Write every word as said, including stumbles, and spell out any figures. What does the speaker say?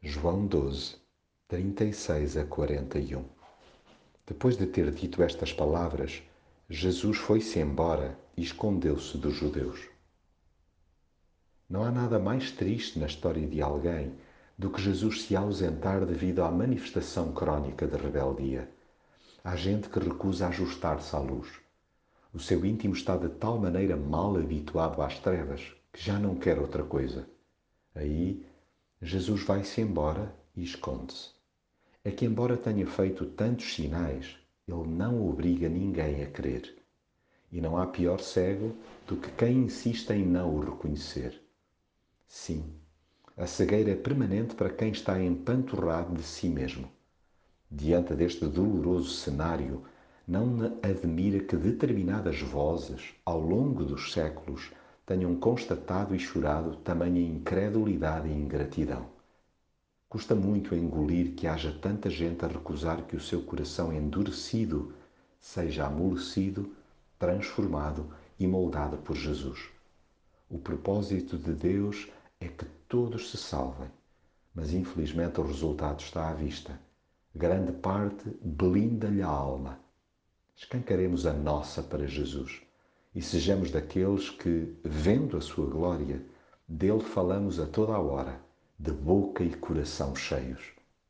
João doze, trinta e seis a quarenta e um. Depois de ter dito estas palavras, Jesus foi-se embora e escondeu-se dos judeus. Não há nada mais triste na história de alguém do que Jesus se ausentar devido à manifestação crónica de rebeldia. Há gente que recusa ajustar-se à luz. O seu íntimo está de tal maneira mal habituado às trevas que já não quer outra coisa. Aí, Jesus vai-se embora e esconde-se. É que, embora tenha feito tantos sinais, ele não obriga ninguém a crer. E não há pior cego do que quem insiste em não o reconhecer. Sim, a cegueira é permanente para quem está empanturrado de si mesmo. Diante deste doloroso cenário, não admira que determinadas vozes, ao longo dos séculos, tenham constatado e chorado tamanha incredulidade e ingratidão. Custa muito engolir que haja tanta gente a recusar que o seu coração endurecido seja amolecido, transformado e moldado por Jesus. O propósito de Deus é que todos se salvem, mas infelizmente o resultado está à vista. Grande parte blinda-lhe a alma. Escancaremos a nossa para Jesus e sejamos daqueles que, vendo a sua glória, dele falamos a toda a hora, de boca e coração cheios.